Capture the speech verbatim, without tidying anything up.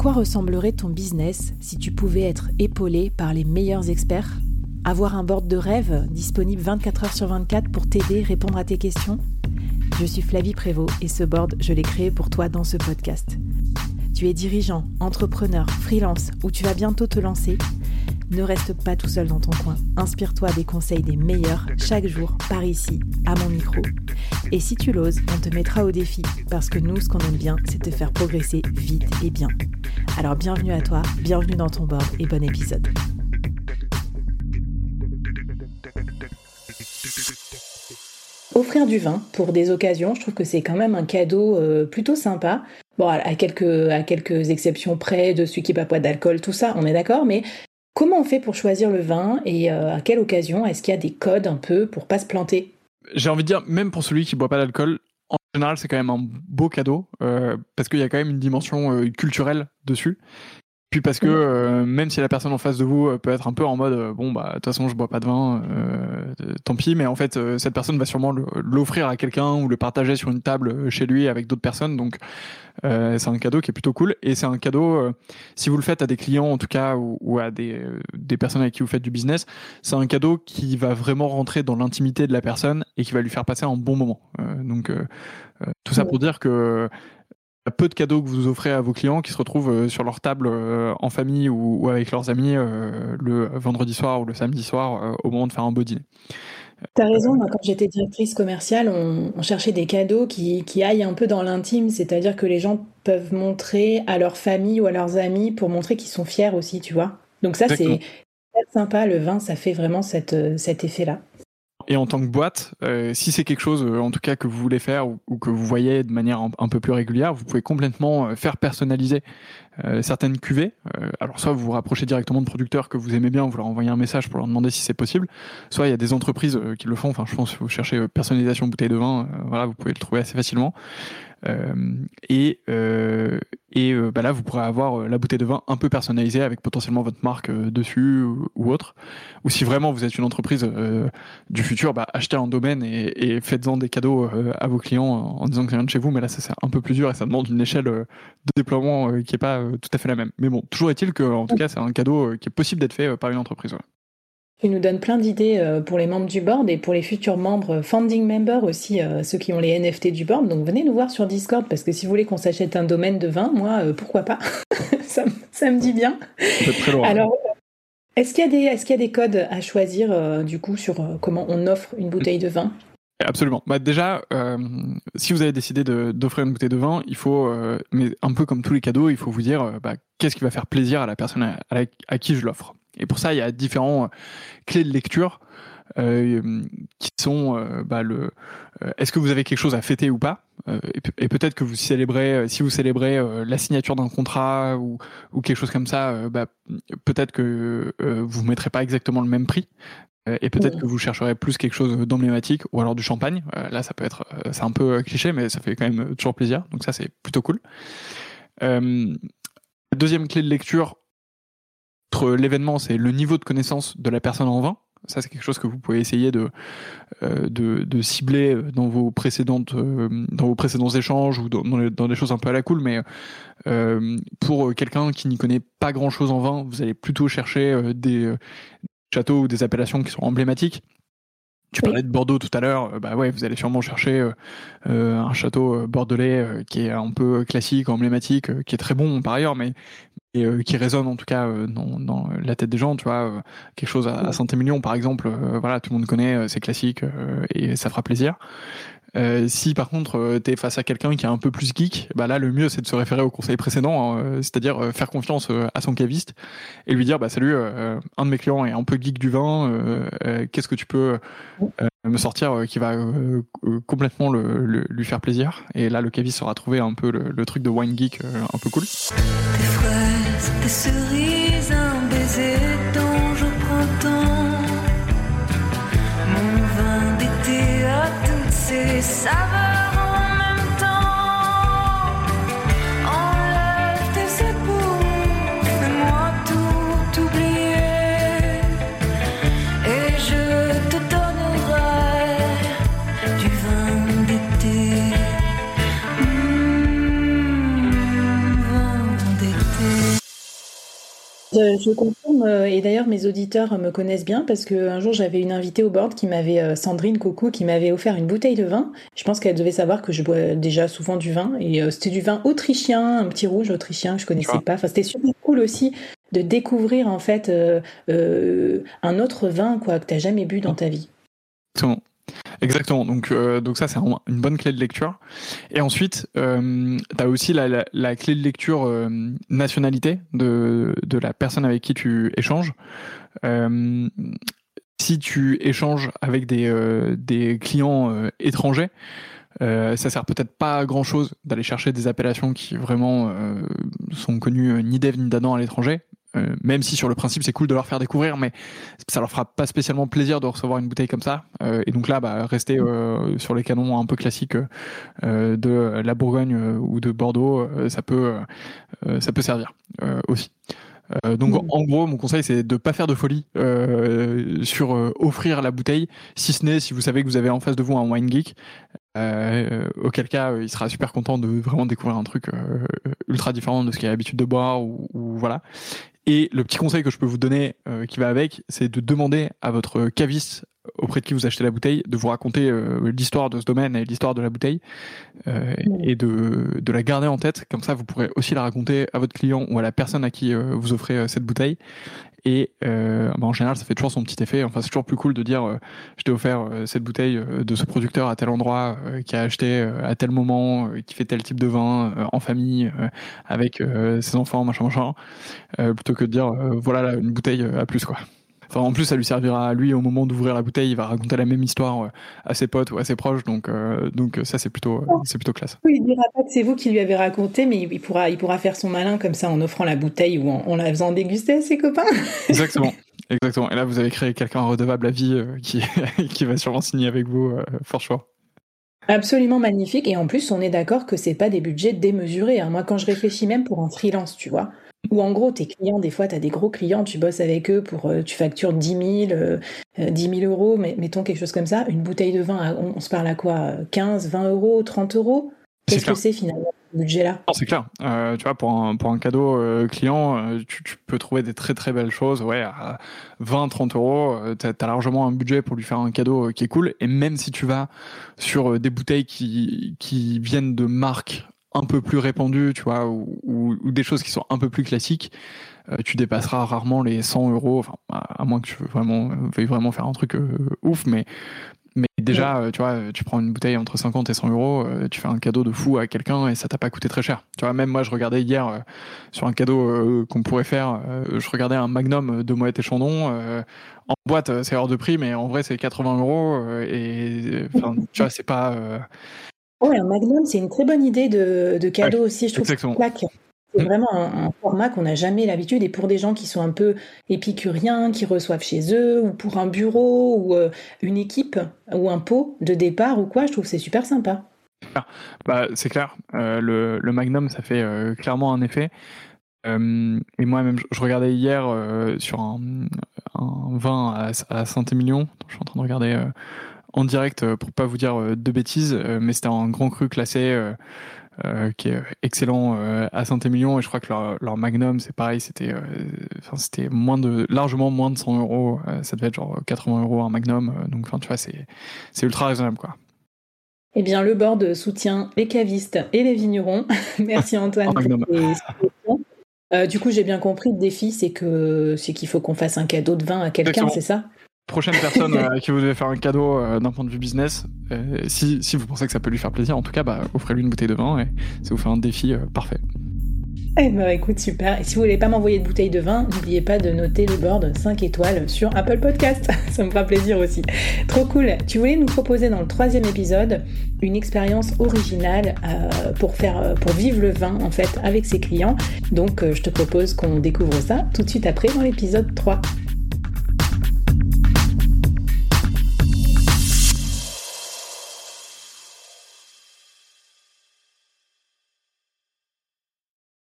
quoi ressemblerait ton business si tu pouvais être épaulé par les meilleurs experts ? Avoir un board de rêve disponible vingt-quatre heures sur vingt-quatre pour t'aider, répondre à tes questions ? Je suis Flavie Prévost et ce board, je l'ai créé pour toi dans ce podcast. Tu es dirigeant, entrepreneur, freelance ou tu vas bientôt te lancer ? Ne reste pas tout seul dans ton coin. Inspire-toi des conseils des meilleurs chaque jour par ici, à mon micro. Et si tu l'oses, on te mettra au défi parce que nous, ce qu'on aime bien, c'est te faire progresser vite et bien. Alors bienvenue à toi, bienvenue dans ton board et bon épisode. Offrir du vin pour des occasions, je trouve que c'est quand même un cadeau euh, plutôt sympa. Bon, à quelques, à quelques exceptions près de celui qui n'a pas d'alcool, tout ça, on est d'accord, mais comment on fait pour choisir le vin et euh, à quelle occasion ? Est-ce qu'il y a des codes un peu pour pas se planter ? J'ai envie de dire, même pour celui qui boit pas d'alcool, en général, c'est quand même un beau cadeau euh, parce qu'il y a quand même une dimension euh, culturelle dessus. Puis parce que euh, même si la personne en face de vous euh, peut être un peu en mode euh, bon bah de toute façon je bois pas de vin, euh, tant pis, mais en fait euh, cette personne va sûrement le, l'offrir à quelqu'un ou le partager sur une table chez lui avec d'autres personnes, donc euh, c'est un cadeau qui est plutôt cool et c'est un cadeau euh, si vous le faites à des clients en tout cas ou, ou à des euh, des personnes avec qui vous faites du business, c'est un cadeau qui va vraiment rentrer dans l'intimité de la personne et qui va lui faire passer un bon moment. Euh, donc euh, euh, tout ça pour dire que peu de cadeaux que vous offrez à vos clients qui se retrouvent sur leur table euh, en famille ou, ou avec leurs amis euh, le vendredi soir ou le samedi soir euh, au moment de faire un beau dîner. T'as raison, moi, quand j'étais directrice commerciale, on, on cherchait des cadeaux qui, qui aillent un peu dans l'intime, c'est-à-dire que les gens peuvent montrer à leur famille ou à leurs amis pour montrer qu'ils sont fiers aussi, tu vois. Donc ça, Exactement. C'est très sympa, le vin, ça fait vraiment cette, cet effet-là. Et en tant que boîte, euh, si c'est quelque chose, euh, en tout cas, que vous voulez faire ou, ou que vous voyez de manière un, un peu plus régulière, vous pouvez complètement euh, faire personnaliser euh, certaines cuvées. Euh, alors, soit vous vous rapprochez directement de producteurs que vous aimez bien, vous leur envoyez un message pour leur demander si c'est possible. Soit il y a des entreprises euh, qui le font. Enfin, je pense que vous cherchez euh, personnalisation bouteille de vin, euh, voilà, vous pouvez le trouver assez facilement. Euh, et euh, et euh, bah là, vous pourrez avoir euh, la bouteille de vin un peu personnalisée avec potentiellement votre marque euh, dessus ou, ou autre. Ou si vraiment vous êtes une entreprise euh, du futur, bah, achetez un domaine et, et faites-en des cadeaux euh, à vos clients en, en disant que ça vient de chez vous. Mais là, ça c'est un peu plus dur et ça demande une échelle euh, de déploiement euh, qui est pas euh, tout à fait la même. Mais bon, toujours est-il que, en tout cas, c'est un cadeau euh, qui est possible d'être fait euh, par une entreprise. Ouais. Tu nous donnes plein d'idées pour les membres du board et pour les futurs membres, founding members aussi, ceux qui ont les N F T du board. Donc venez nous voir sur Discord parce que si vous voulez qu'on s'achète un domaine de vin, moi, pourquoi pas. ça, ça me dit bien. C'est très loin. Alors, est-ce qu'il y a des, est-ce qu'il y a des codes à choisir euh, du coup sur euh, comment on offre une bouteille de vin ? Absolument. Bah déjà, euh, si vous avez décidé de, d'offrir une bouteille de vin, il faut, euh, mais un peu comme tous les cadeaux, il faut vous dire euh, bah, qu'est-ce qui va faire plaisir à la personne à, à, la, à qui je l'offre. Et pour ça, il y a différents euh, clés de lecture euh, qui sont euh, bah, le euh, est-ce que vous avez quelque chose à fêter ou pas, euh, et, et peut-être que vous célébrez, euh, si vous célébrez euh, la signature d'un contrat ou, ou quelque chose comme ça, euh, bah, peut-être que euh, vous mettrez pas exactement le même prix. Et peut-être que vous chercherez plus quelque chose d'emblématique ou alors du champagne. Euh, là, ça peut être, c'est un peu cliché, mais ça fait quand même toujours plaisir. Donc ça, c'est plutôt cool. Euh, deuxième clé de lecture entre l'événement, c'est le niveau de connaissance de la personne en vin. Ça, c'est quelque chose que vous pouvez essayer de euh, de, de cibler dans vos précédentes euh, dans vos précédents échanges ou dans, dans, les, dans des choses un peu à la cool. Mais euh, pour quelqu'un qui n'y connaît pas grand-chose en vin, vous allez plutôt chercher euh, des euh, châteaux ou des appellations qui sont emblématiques. Tu oui. parlais de Bordeaux tout à l'heure, bah ouais, vous allez sûrement chercher euh, euh, un château bordelais euh, qui est un peu classique, emblématique, euh, qui est très bon par ailleurs, mais et euh, qui résonne en tout cas euh, dans, dans la tête des gens, tu vois, euh, quelque chose à, à Saint-Émilion par exemple, euh, voilà, tout le monde connaît, euh, c'est classique euh, et ça fera plaisir. Euh, si par contre euh, t'es face à quelqu'un qui est un peu plus geek, bah là le mieux c'est de se référer au conseil précédent, hein, c'est-à-dire euh, faire confiance euh, à son caviste et lui dire bah salut, euh, un de mes clients est un peu geek du vin, euh, euh, qu'est-ce que tu peux euh, me sortir euh, qui va euh, euh, complètement le, le, lui faire plaisir. Et là le caviste saura trouver un peu le, le truc de wine geek euh, un peu cool. Des fraises, des cerises, un baiser d'ange au printemps, mon vin d'été à toutes ces saveurs en même temps. Enlève tes épaules, fais-moi tout oublier, et je te donnerai du vin d'été. Mmh, vin d'été. Je, je confirme, euh, et d'ailleurs mes auditeurs me connaissent bien parce qu'un jour j'avais une invitée au board qui m'avait, euh, Sandrine Coucou, qui m'avait offert une bouteille de vin. Je pense qu'elle devait savoir que je bois déjà souvent du vin, et euh, c'était du vin autrichien, un petit rouge autrichien que je connaissais pas. Enfin, c'était super cool aussi de découvrir en fait euh, euh, un autre vin quoi que t'as jamais bu dans ta vie. Exactement. Exactement. Donc, euh, donc ça, c'est un, une bonne clé de lecture. Et ensuite, euh, tu as aussi la, la, la clé de lecture euh, nationalité de, de la personne avec qui tu échanges. Euh, si tu échanges avec des, euh, des clients euh, étrangers, euh, ça sert peut-être pas à grand chose d'aller chercher des appellations qui vraiment euh, sont connues ni d'Ève ni d'Adam à l'étranger. Euh, même si sur le principe c'est cool de leur faire découvrir, mais ça leur fera pas spécialement plaisir de recevoir une bouteille comme ça. Euh, et donc là, bah, rester euh, sur les canons un peu classiques euh, de la Bourgogne euh, ou de Bordeaux, euh, ça peut, euh, ça peut servir euh, aussi. Euh, donc mmh. en gros, mon conseil c'est de pas faire de folie euh, sur euh, offrir la bouteille, si ce n'est si vous savez que vous avez en face de vous un wine geek. Euh, auquel cas euh, il sera super content de vraiment découvrir un truc euh, ultra différent de ce qu'il a l'habitude de boire ou, ou voilà. Et le petit conseil que je peux vous donner euh, qui va avec, c'est de demander à votre caviste auprès de qui vous achetez la bouteille de vous raconter euh, l'histoire de ce domaine et l'histoire de la bouteille euh, mmh. et de, de la garder en tête. Comme ça, vous pourrez aussi la raconter à votre client ou à la personne à qui euh, vous offrez euh, cette bouteille. Et euh, bah en général, ça fait toujours son petit effet. Enfin, c'est toujours plus cool de dire euh, je t'ai offert euh, cette bouteille euh, de ce producteur à tel endroit, euh, qui a acheté euh, à tel moment, euh, qui fait tel type de vin euh, en famille, euh, avec euh, ses enfants, machin, machin, euh, plutôt que de dire euh, voilà là, une bouteille à plus quoi. Enfin, en plus, ça lui servira à lui au moment d'ouvrir la bouteille. Il va raconter la même histoire à ses potes ou à ses proches. Donc, euh, donc ça, c'est plutôt, c'est plutôt classe. Oui, il dira pas que c'est vous qui lui avez raconté, mais il pourra, il pourra faire son malin comme ça en offrant la bouteille ou en, en la faisant déguster à ses copains. Exactement. Exactement. Et là, vous avez créé quelqu'un redevable à vie euh, qui, qui va sûrement signer avec vous, euh, for sure. Absolument magnifique. Et en plus, on est d'accord que c'est pas des budgets démesurés. Hein. Moi, quand je réfléchis même pour un freelance, tu vois, ou en gros, tes clients, des fois, tu as des gros clients, tu bosses avec eux, pour, euh, tu factures dix mille, euh, dix mille euros, mais, mettons quelque chose comme ça. Une bouteille de vin, on, on se parle à quoi, quinze, vingt euros, trente euros? Qu'est-ce que c'est finalement, ce budget-là? Non, c'est clair. Euh, tu vois, pour un, pour un cadeau euh, client, euh, tu, tu peux trouver des très très belles choses. Ouais, à vingt, trente euros, euh, tu as largement un budget pour lui faire un cadeau euh, qui est cool. Et même si tu vas sur euh, des bouteilles qui, qui viennent de marques un peu plus répandues, tu vois, ou, ou, ou des choses qui sont un peu plus classiques, euh, tu dépasseras rarement les cent euros, enfin, à, à moins que tu vraiment, veuilles vraiment faire un truc euh, ouf, mais, mais déjà, euh, tu vois, tu prends une bouteille entre cinquante et cent euros, euh, tu fais un cadeau de fou à quelqu'un et ça t'a pas coûté très cher. Tu vois, même moi, je regardais hier euh, sur un cadeau euh, qu'on pourrait faire, euh, je regardais un Magnum de Moët et Chandon, euh, en boîte, c'est hors de prix, mais en vrai, c'est quatre-vingts euros, euh, et enfin, tu vois, c'est pas... Euh, Ouais, un Magnum, c'est une très bonne idée de, de cadeau ouais, aussi. Je trouve exactement. que c'est vraiment un, un format qu'on n'a jamais l'habitude. Et pour des gens qui sont un peu épicuriens, qui reçoivent chez eux, ou pour un bureau, ou euh, une équipe, ou un pot de départ, ou quoi, je trouve que c'est super sympa. Bah, c'est clair. Euh, le, le Magnum, ça fait euh, clairement un effet. Euh, et moi-même, je, je regardais hier euh, sur un, un vin à, à Saint-Émilion. Je suis en train de regarder... Euh, en direct pour pas vous dire de bêtises, mais c'était un grand cru classé euh, euh, qui est excellent euh, à Saint-Émilion, et je crois que leur, leur Magnum c'est pareil, c'était, euh, enfin c'était moins de, largement moins de cent euros, euh, ça devait être genre quatre-vingts euros un Magnum, euh, donc enfin tu vois c'est, c'est ultra raisonnable quoi. Eh bien le board soutient les cavistes et les vignerons. Merci Antoine pour tes questions. Euh, du coup j'ai bien compris, le défi c'est que c'est qu'il faut qu'on fasse un cadeau de vin à quelqu'un. Exactement. C'est ça? Prochaine personne à qui vous devez faire un cadeau euh, d'un point de vue business, euh, si, si vous pensez que ça peut lui faire plaisir, en tout cas, bah, offrez-lui une bouteille de vin et ça vous fait un défi euh, parfait. Eh ben écoute, super. Et si vous voulez pas m'envoyer de bouteille de vin, n'oubliez pas de noter le board cinq étoiles sur Apple Podcast. Ça me fera plaisir aussi. Trop cool. Tu voulais nous proposer dans le troisième épisode une expérience originale euh, pour faire, pour vivre le vin en fait avec ses clients. Donc euh, je te propose qu'on découvre ça tout de suite après dans l'épisode trois.